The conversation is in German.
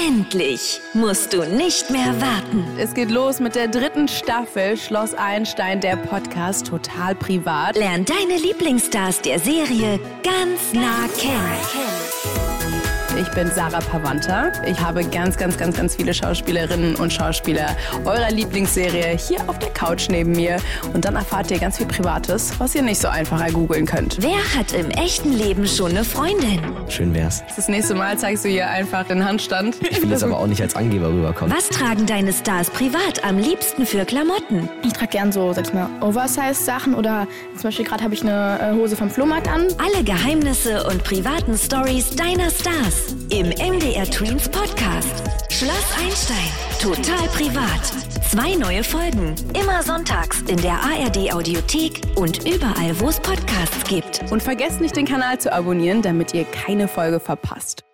Endlich musst du nicht mehr warten. Es geht los mit der 3. Staffel Schloss Einstein, der Podcast Total Privat. Lern deine Lieblingsstars der Serie ganz nah kennen. Ich bin Sarah Pavanta. Ich habe ganz viele Schauspielerinnen und Schauspieler eurer Lieblingsserie hier auf der Couch neben mir. Und dann erfahrt ihr ganz viel Privates, was ihr nicht so einfach ergoogeln könnt. Wer hat im echten Leben schon eine Freundin? Schön wär's. Das nächste Mal zeigst du hier einfach den Handstand. Ich will jetzt aber auch nicht als Angeber rüberkommen. Was tragen deine Stars privat am liebsten für Klamotten? Ich trage gern so, sag ich mal, Oversize-Sachen oder zum Beispiel gerade habe ich eine Hose vom Flohmarkt an. Alle Geheimnisse und privaten Stories deiner Stars im MDR Tweens Podcast. Schloss Einstein. Total privat. 2 neue Folgen. Immer sonntags in der ARD Audiothek und überall, wo es Podcasts gibt. Und vergesst nicht, den Kanal zu abonnieren, damit ihr keine Folge verpasst.